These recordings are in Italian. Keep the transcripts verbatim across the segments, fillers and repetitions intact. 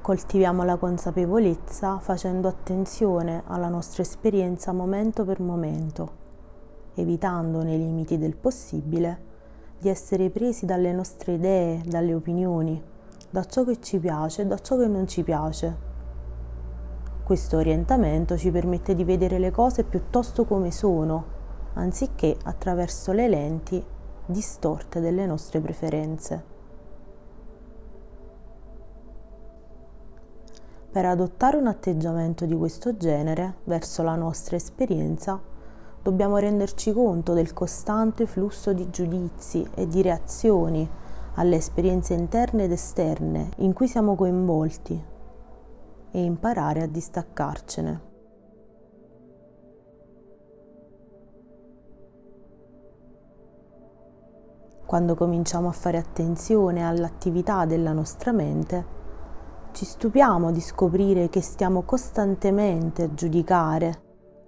Coltiviamo la consapevolezza facendo attenzione alla nostra esperienza momento per momento, evitando nei limiti del possibile di essere presi dalle nostre idee, dalle opinioni, da ciò che ci piace e da ciò che non ci piace. Questo orientamento ci permette di vedere le cose piuttosto come sono, anziché attraverso le lenti distorte delle nostre preferenze. Per adottare un atteggiamento di questo genere verso la nostra esperienza, dobbiamo renderci conto del costante flusso di giudizi e di reazioni alle esperienze interne ed esterne in cui siamo coinvolti e imparare a distaccarcene. Quando cominciamo a fare attenzione all'attività della nostra mente, ci stupiamo di scoprire che stiamo costantemente a giudicare.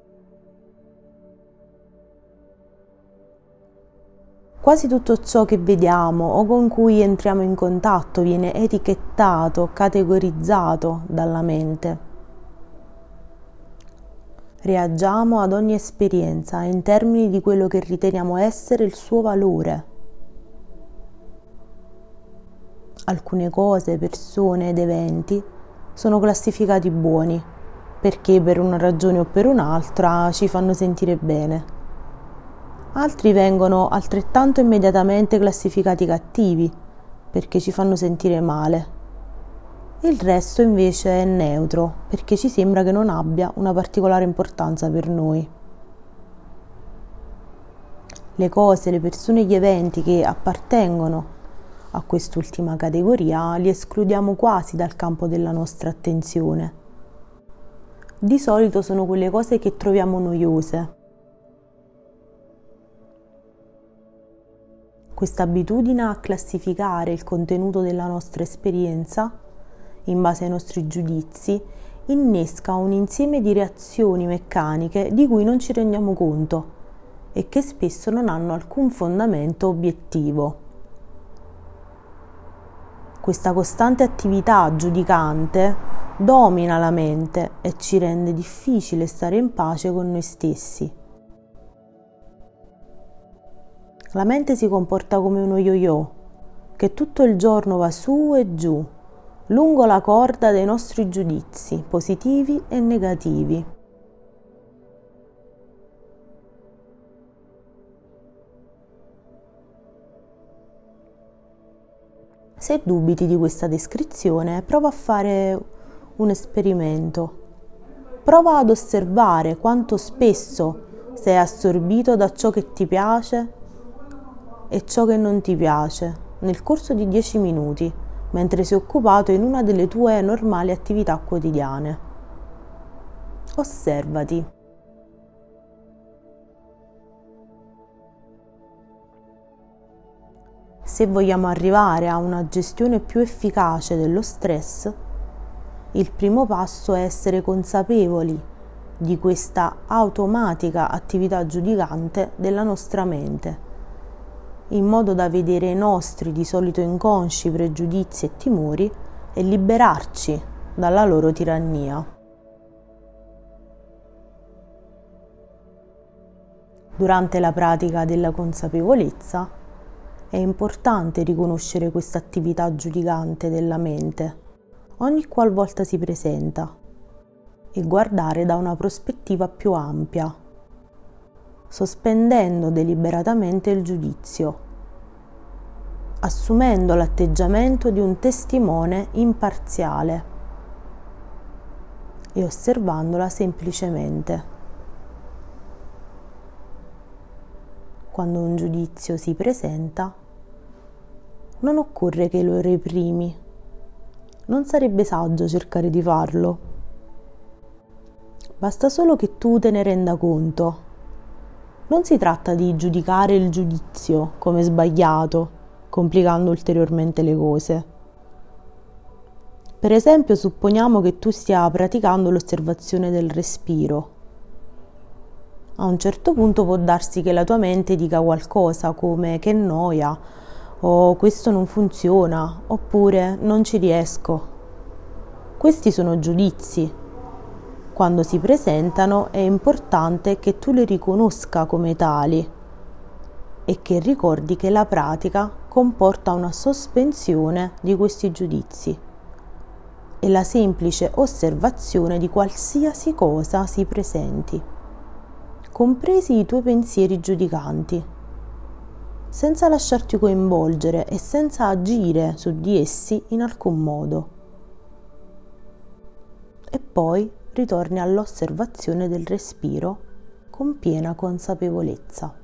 Quasi tutto ciò che vediamo o con cui entriamo in contatto viene etichettato, categorizzato dalla mente. Reagiamo ad ogni esperienza in termini di quello che riteniamo essere il suo valore. Alcune cose, persone ed eventi sono classificati buoni perché per una ragione o per un'altra ci fanno sentire bene. Altri vengono altrettanto immediatamente classificati cattivi perché ci fanno sentire male. Il resto invece è neutro perché ci sembra che non abbia una particolare importanza per noi. Le cose, le persone, gli eventi che appartengono a quest'ultima categoria li escludiamo quasi dal campo della nostra attenzione. Di solito sono quelle cose che troviamo noiose. Questa abitudine a classificare il contenuto della nostra esperienza in base ai nostri giudizi innesca un insieme di reazioni meccaniche di cui non ci rendiamo conto e che spesso non hanno alcun fondamento obiettivo. Questa costante attività giudicante domina la mente e ci rende difficile stare in pace con noi stessi. La mente si comporta come uno yo-yo che tutto il giorno va su e giù, lungo la corda dei nostri giudizi, positivi e negativi. Se dubiti di questa descrizione, prova a fare un esperimento. Prova ad osservare quanto spesso sei assorbito da ciò che ti piace e ciò che non ti piace nel corso di dieci minuti, mentre sei occupato in una delle tue normali attività quotidiane. Osservati. Se vogliamo arrivare a una gestione più efficace dello stress, il primo passo è essere consapevoli di questa automatica attività giudicante della nostra mente, in modo da vedere i nostri di solito inconsci pregiudizi e timori e liberarci dalla loro tirannia. Durante la pratica della consapevolezza è importante riconoscere questa attività giudicante della mente ogni qualvolta si presenta e guardare da una prospettiva più ampia, sospendendo deliberatamente il giudizio, assumendo l'atteggiamento di un testimone imparziale e osservandola semplicemente. Quando un giudizio si presenta, non occorre che lo reprimi. Non sarebbe saggio cercare di farlo. Basta solo che tu te ne renda conto. Non si tratta di giudicare il giudizio come sbagliato, complicando ulteriormente le cose. Per esempio, supponiamo che tu stia praticando l'osservazione del respiro. A un certo punto può darsi che la tua mente dica qualcosa come che noia, o questo non funziona, oppure non ci riesco. Questi sono giudizi. Quando si presentano è importante che tu li riconosca come tali e che ricordi che la pratica comporta una sospensione di questi giudizi e la semplice osservazione di qualsiasi cosa si presenti, compresi i tuoi pensieri giudicanti, senza lasciarti coinvolgere e senza agire su di essi in alcun modo. E poi ritorni all'osservazione del respiro con piena consapevolezza.